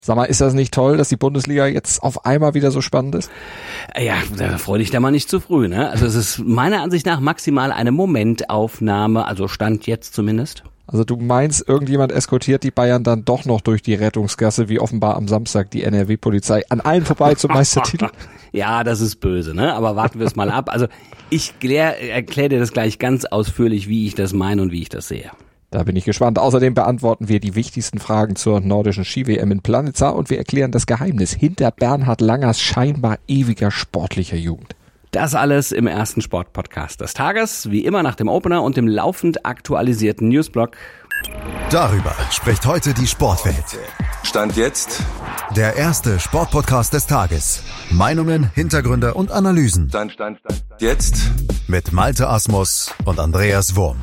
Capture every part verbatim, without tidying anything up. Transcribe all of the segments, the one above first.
Sag mal, ist das nicht toll, dass die Bundesliga jetzt auf einmal wieder so spannend ist? Ja, da freu dich da mal nicht zu früh, ne? Also es ist meiner Ansicht nach maximal eine Momentaufnahme, also Stand jetzt zumindest. Also du meinst, irgendjemand eskortiert die Bayern dann doch noch durch die Rettungsgasse, wie offenbar am Samstag die N R W-Polizei, an allen vorbei zum Meistertitel? Ja, das ist böse, ne? Aber warten wir es mal ab. Also ich erkläre dir das gleich ganz ausführlich, wie ich das meine und wie ich das sehe. Da bin ich gespannt. Außerdem beantworten wir die wichtigsten Fragen zur nordischen Ski-W M in Planica und wir erklären das Geheimnis hinter Bernhard Langers scheinbar ewiger sportlicher Jugend. Das alles im ersten Sportpodcast des Tages, wie immer nach dem Opener und dem laufend aktualisierten Newsblock. Darüber spricht heute die Sportwelt. Stand jetzt der erste Sportpodcast des Tages. Meinungen, Hintergründe und Analysen. Stand, Stand, Stand, jetzt mit Malte Asmus und Andreas Wurm.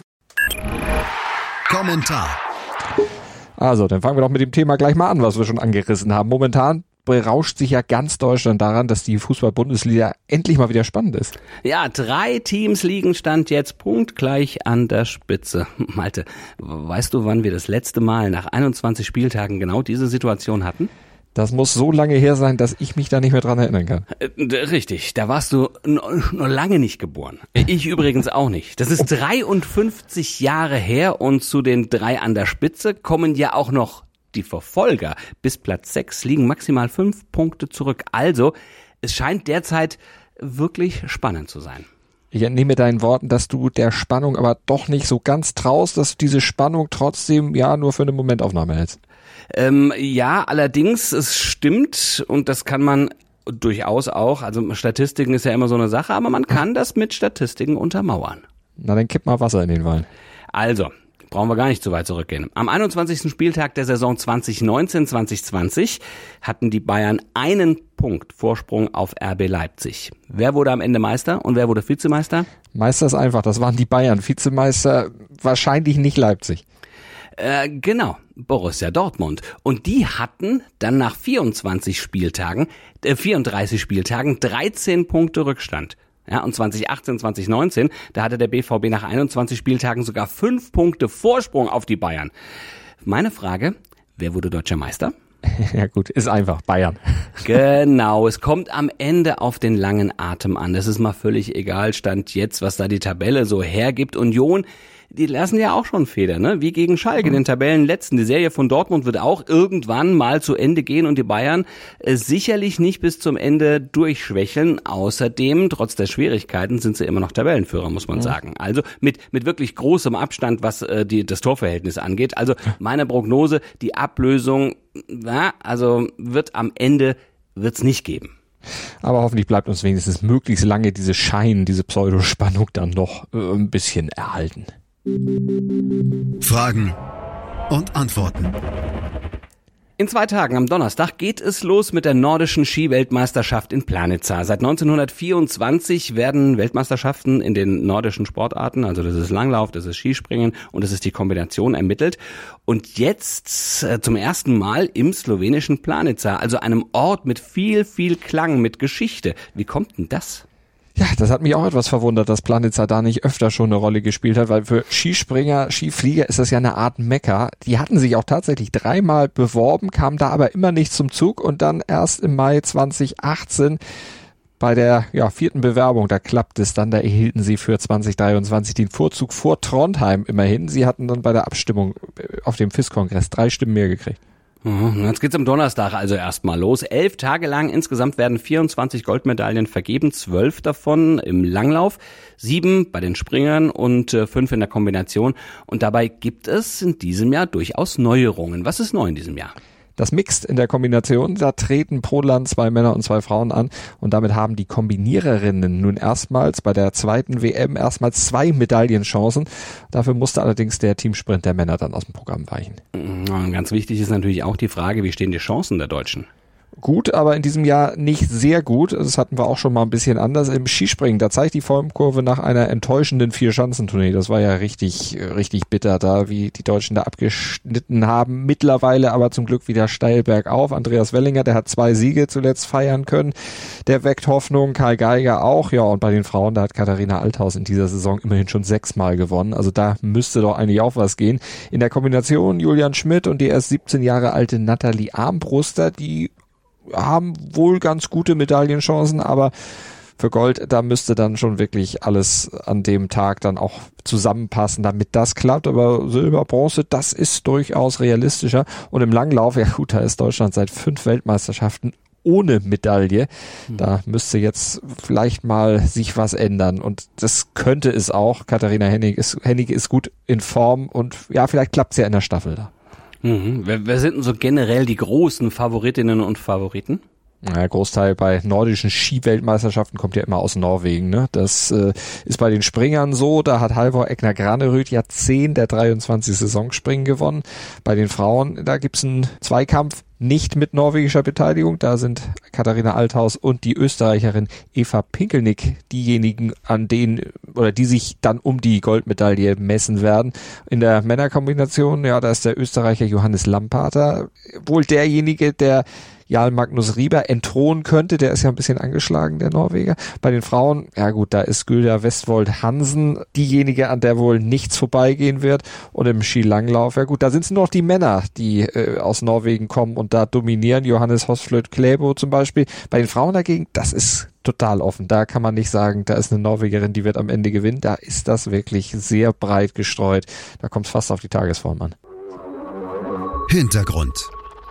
Kommentar. Also, dann fangen wir doch mit dem Thema gleich mal an, was wir schon angerissen haben. Momentan berauscht sich ja ganz Deutschland daran, dass die Fußball-Bundesliga endlich mal wieder spannend ist. Ja, drei Teams liegen Stand jetzt punktgleich an der Spitze. Malte, weißt du, wann wir das letzte Mal nach einundzwanzig Spieltagen genau diese Situation hatten? Das muss so lange her sein, dass ich mich da nicht mehr dran erinnern kann. Richtig, da warst du noch lange nicht geboren. Ich übrigens auch nicht. Das ist dreiundfünfzig Jahre her und zu den drei an der Spitze kommen ja auch noch die Verfolger. Bis Platz sechs liegen maximal fünf Punkte zurück. Also, es scheint derzeit wirklich spannend zu sein. Ich entnehme deinen Worten, dass du der Spannung aber doch nicht so ganz traust, dass du diese Spannung trotzdem ja nur für eine Momentaufnahme hältst. Ähm, ja, allerdings, es stimmt und das kann man durchaus auch, also Statistiken ist ja immer so eine Sache, aber man kann das mit Statistiken untermauern. Na, dann kipp mal Wasser in den Wein. Also, brauchen wir gar nicht zu weit zurückgehen. Am einundzwanzigsten Spieltag der Saison zwanzig neunzehn zwanzig zwanzig hatten die Bayern einen Punkt Vorsprung auf R B Leipzig. Wer wurde am Ende Meister und wer wurde Vizemeister? Meister ist einfach, das waren die Bayern. Vizemeister wahrscheinlich nicht Leipzig. Äh, genau, Borussia Dortmund. Und die hatten dann nach vierundzwanzig Spieltagen, äh, vierunddreißig Spieltagen dreizehn Punkte Rückstand. Ja, und zwanzig achtzehn, zwanzig neunzehn, da hatte der B V B nach einundzwanzig Spieltagen sogar fünf Punkte Vorsprung auf die Bayern. Meine Frage, wer wurde deutscher Meister? Ja gut, ist einfach Bayern. Genau, es kommt am Ende auf den langen Atem an. Das ist mal völlig egal, Stand jetzt, was da die Tabelle so hergibt. Union, die lassen ja auch schon Feder, ne? Wie gegen Schalke, den Tabellenletzten. Die Serie von Dortmund wird auch irgendwann mal zu Ende gehen und die Bayern äh, sicherlich nicht bis zum Ende durchschwächeln. Außerdem, trotz der Schwierigkeiten, sind sie immer noch Tabellenführer, muss man mhm. sagen. Also mit mit wirklich großem Abstand, was äh, die das Torverhältnis angeht. Also meine Prognose, die Ablösung, na, also wird am Ende wird's nicht geben. Aber hoffentlich bleibt uns wenigstens möglichst lange diese Schein, diese Pseudospannung dann noch äh, ein bisschen erhalten. Fragen und Antworten. In zwei Tagen am Donnerstag geht es los mit der nordischen Ski-Weltmeisterschaft in Planica. Seit neunzehnhundertvierundzwanzig werden Weltmeisterschaften in den nordischen Sportarten, also das ist Langlauf, das ist Skispringen und das ist die Kombination, ermittelt. Und jetzt äh, zum ersten Mal im slowenischen Planica, also einem Ort mit viel, viel Klang, mit Geschichte. Wie kommt denn das? Ja, das hat mich auch etwas verwundert, dass Planica da nicht öfter schon eine Rolle gespielt hat, weil für Skispringer, Skiflieger ist das ja eine Art Mekka. Die hatten sich auch tatsächlich dreimal beworben, kamen da aber immer nicht zum Zug und dann erst im Mai zwanzig achtzehn bei der ja, vierten Bewerbung, da klappt es dann, da erhielten sie für zwanzig dreiundzwanzig den Vorzug vor Trondheim immerhin. Sie hatten dann bei der Abstimmung auf dem F I S-Kongress drei Stimmen mehr gekriegt. Jetzt geht's am Donnerstag also erstmal los. Elf Tage lang, insgesamt werden vierundzwanzig Goldmedaillen vergeben, zwölf davon im Langlauf, sieben bei den Springern und äh, fünf in der Kombination. Und dabei gibt es in diesem Jahr durchaus Neuerungen. Was ist neu in diesem Jahr? Das Mixed in der Kombination, da treten pro Land zwei Männer und zwei Frauen an und damit haben die Kombiniererinnen nun erstmals bei der zweiten W M erstmals zwei Medaillenchancen. Dafür musste allerdings der Teamsprint der Männer dann aus dem Programm weichen. Und ganz wichtig ist natürlich auch die Frage, wie stehen die Chancen der Deutschen? gut, aber in diesem Jahr nicht sehr gut. Das hatten wir auch schon mal ein bisschen anders. Im Skispringen, da zeigt die Formkurve nach einer enttäuschenden Vierschanzentournee. Das war ja richtig, richtig bitter da, wie die Deutschen da abgeschnitten haben. Mittlerweile aber zum Glück wieder steil bergauf. Andreas Wellinger, der hat zwei Siege zuletzt feiern können. Der weckt Hoffnung. Karl Geiger auch. Ja, und bei den Frauen, da hat Katharina Althaus in dieser Saison immerhin schon sechsmal gewonnen. Also da müsste doch eigentlich auch was gehen. In der Kombination Julian Schmidt und die erst siebzehn Jahre alte Nathalie Armbruster, die haben wohl ganz gute Medaillenchancen, aber für Gold, da müsste dann schon wirklich alles an dem Tag dann auch zusammenpassen, damit das klappt. Aber Silber, Bronze, das ist durchaus realistischer. Und im Langlauf, ja gut, da ist Deutschland seit fünf Weltmeisterschaften ohne Medaille. Da müsste jetzt vielleicht mal sich was ändern. Und das könnte es auch. Katharina Hennig ist, Hennig ist gut in Form und ja, vielleicht klappt es ja in der Staffel da. Mhm. Wer, wer sind denn so generell die großen Favoritinnen und Favoriten? Ja, Großteil bei nordischen Ski-Weltmeisterschaften kommt ja immer aus Norwegen. Ne? Das äh, ist bei den Springern so. Da hat Halvor Egner Granerud ja zehn der dreiundzwanzig Saisonspringen gewonnen. Bei den Frauen, da gibt's einen Zweikampf nicht mit norwegischer Beteiligung. Da sind Katharina Althaus und die Österreicherin Eva Pinkelnick diejenigen, an denen oder die sich dann um die Goldmedaille messen werden. In der Männerkombination, ja, da ist der Österreicher Johannes Lampater wohl derjenige, der Jarl Magnus Rieber entthronen könnte. Der ist ja ein bisschen angeschlagen, der Norweger. Bei den Frauen, ja gut, da ist Gülda Westwold Hansen diejenige, an der wohl nichts vorbeigehen wird. Und im Skilanglauf, ja gut, da sind es nur noch die Männer, die äh, aus Norwegen kommen und da dominieren. Johannes Hosflöt Klæbo zum Beispiel. Bei den Frauen dagegen, das ist total offen. Da kann man nicht sagen, da ist eine Norwegerin, die wird am Ende gewinnen. Da ist das wirklich sehr breit gestreut. Da kommt es fast auf die Tagesform an. Hintergrund.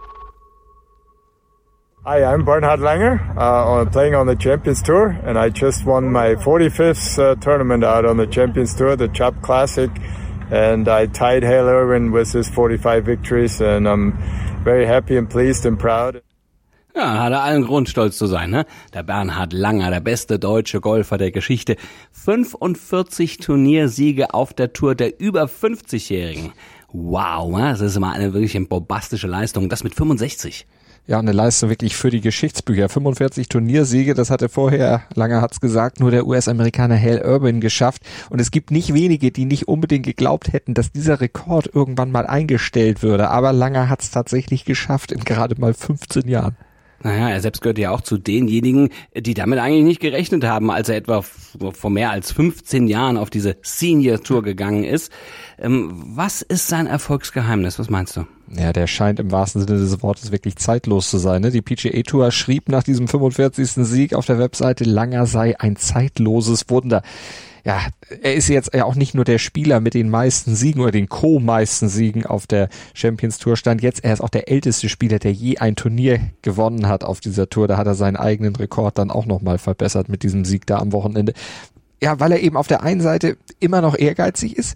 Hi, I'm Bernhard Langer, uh, playing on the Champions Tour, and I just won my forty-fifth uh, tournament out on the Champions Tour, the Chap Classic, and I tied Hale Irwin with his forty-five victories, and I'm very happy and pleased and proud. Ja, hat er allen Grund, stolz zu sein, ne? Der Bernhard Langer, der beste deutsche Golfer der Geschichte. fünfundvierzig Turniersiege auf der Tour der über fünfzigjährigen. Wow, das ist immer eine wirklich bombastische Leistung. Das mit fünfundsechzig. Ja, eine Leistung wirklich für die Geschichtsbücher. fünfundvierzig Turniersiege, das hatte vorher, Langer hat's gesagt, nur der U S-Amerikaner Hale Irwin geschafft. Und es gibt nicht wenige, die nicht unbedingt geglaubt hätten, dass dieser Rekord irgendwann mal eingestellt würde. Aber Langer hat's tatsächlich geschafft in gerade mal fünfzehn Jahren. Naja, er selbst gehört ja auch zu denjenigen, die damit eigentlich nicht gerechnet haben, als er etwa vor mehr als fünfzehn Jahren auf diese Senior Tour gegangen ist. Ähm, was ist sein Erfolgsgeheimnis? Was meinst du? Ja, der scheint im wahrsten Sinne des Wortes wirklich zeitlos zu sein. Ne? Die P G A Tour schrieb nach diesem fünfundvierzigsten Sieg auf der Webseite, Langer sei ein zeitloses Wunder. Ja, er ist jetzt ja auch nicht nur der Spieler mit den meisten Siegen oder den co-meisten Siegen auf der Champions Tour stand jetzt. Er ist auch der älteste Spieler, der je ein Turnier gewonnen hat auf dieser Tour. Da hat er seinen eigenen Rekord dann auch nochmal verbessert mit diesem Sieg da am Wochenende. Ja, weil er eben auf der einen Seite immer noch ehrgeizig ist,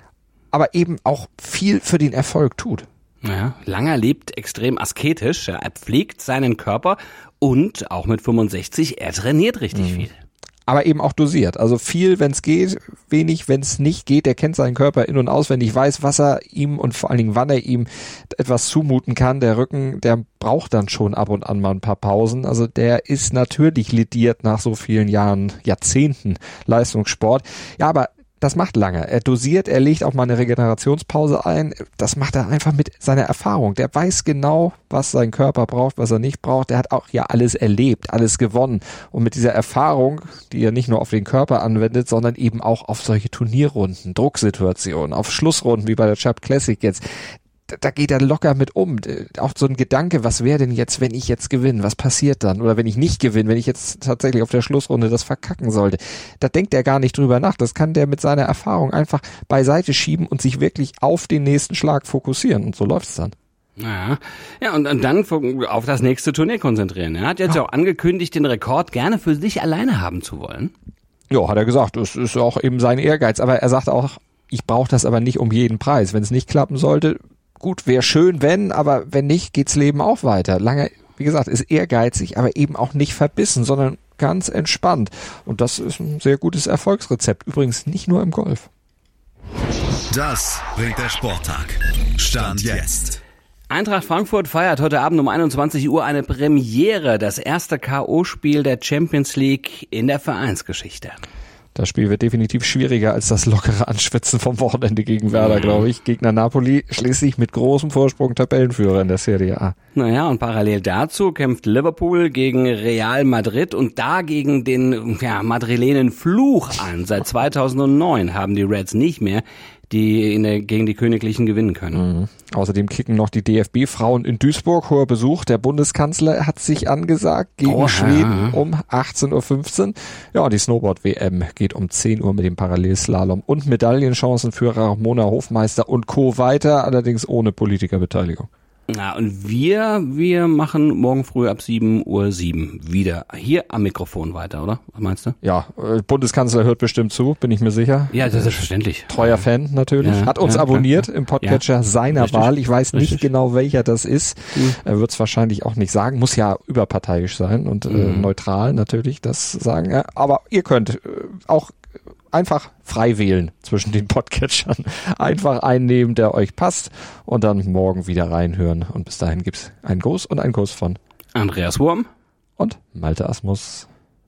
aber eben auch viel für den Erfolg tut. Ja, Langer lebt extrem asketisch. Er pflegt seinen Körper und auch mit fünfundsechzig, er trainiert richtig mhm. viel. Aber eben auch dosiert. Also viel, wenn es geht, wenig, wenn es nicht geht. Er kennt seinen Körper in- und auswendig, weiß, was er ihm und vor allen Dingen, wann er ihm etwas zumuten kann. Der Rücken, der braucht dann schon ab und an mal ein paar Pausen. Also der ist natürlich lediert nach so vielen Jahren, Jahrzehnten Leistungssport. Ja, aber das macht Langer. Er dosiert, er legt auch mal eine Regenerationspause ein. Das macht er einfach mit seiner Erfahrung. Der weiß genau, was sein Körper braucht, was er nicht braucht. Der hat auch ja alles erlebt, alles gewonnen. Und mit dieser Erfahrung, die er nicht nur auf den Körper anwendet, sondern eben auch auf solche Turnierrunden, Drucksituationen, auf Schlussrunden wie bei der Chap Classic jetzt, da geht er locker mit um. Auch so ein Gedanke, was wäre denn jetzt, wenn ich jetzt gewinne? Was passiert dann? Oder wenn ich nicht gewinne, wenn ich jetzt tatsächlich auf der Schlussrunde das verkacken sollte? Da denkt er gar nicht drüber nach. Das kann der mit seiner Erfahrung einfach beiseite schieben und sich wirklich auf den nächsten Schlag fokussieren. Und so läuft es dann. Ja, ja und, und dann auf das nächste Turnier konzentrieren. Er hat jetzt ja auch angekündigt, den Rekord gerne für sich alleine haben zu wollen. Ja, hat er gesagt. Das ist auch eben sein Ehrgeiz. Aber er sagt auch, ich brauche das aber nicht um jeden Preis. Wenn es nicht klappen sollte, gut, wäre schön, wenn, aber wenn nicht, geht's Leben auch weiter. Lange, wie gesagt, ist ehrgeizig, aber eben auch nicht verbissen, sondern ganz entspannt. Und das ist ein sehr gutes Erfolgsrezept. Übrigens nicht nur im Golf. Das bringt der Sporttag. Stand jetzt. Eintracht Frankfurt feiert heute Abend um einundzwanzig Uhr eine Premiere, das erste K O-Spiel der Champions League in der Vereinsgeschichte. Das Spiel wird definitiv schwieriger als das lockere Anschwitzen vom Wochenende gegen Werder, glaube ich. Gegner Napoli schließlich mit großem Vorsprung Tabellenführer in der Serie A. Naja, und parallel dazu kämpft Liverpool gegen Real Madrid und da gegen den ja, Madrilenen Fluch an. Seit zweitausendneun haben die Reds nicht mehr die in der, gegen die Königlichen gewinnen können. Mhm. Außerdem kicken noch die D F B-Frauen in Duisburg. Hoher Besuch. Der Bundeskanzler hat sich angesagt gegen oh, Schweden ja. um achtzehn Uhr fünfzehn. Ja, und die Snowboard-W M geht um zehn Uhr mit dem Parallelslalom und Medaillenchancen für Ramona Hofmeister und Co. weiter, allerdings ohne Politikerbeteiligung. Na, und wir, wir machen morgen früh ab sieben Uhr sieben wieder hier am Mikrofon weiter, oder? Was meinst du? Ja, Bundeskanzler hört bestimmt zu, bin ich mir sicher. Ja, das ist selbstverständlich. Treuer Fan natürlich. Ja, Hat uns ja, abonniert ja, im Podcatcher ja, seiner richtig, Wahl. Ich weiß nicht richtig. genau, welcher das ist. Mhm. Er wird es wahrscheinlich auch nicht sagen. Muss ja überparteiisch sein und mhm. äh, neutral natürlich das sagen. Ja, aber ihr könnt äh, auch einfach frei wählen zwischen den Podcatchern. Einfach einen nehmen, der euch passt und dann morgen wieder reinhören. Und bis dahin gibt's einen Gruß und einen Kuss von Andreas Wurm und Malte Asmus.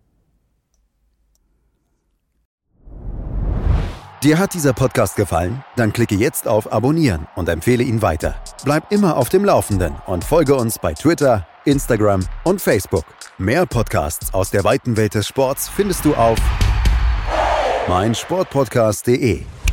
Dir hat dieser Podcast gefallen? Dann klicke jetzt auf Abonnieren und empfehle ihn weiter. Bleib immer auf dem Laufenden und folge uns bei Twitter, Instagram und Facebook. Mehr Podcasts aus der weiten Welt des Sports findest du auf mein Sportpodcast punkt de.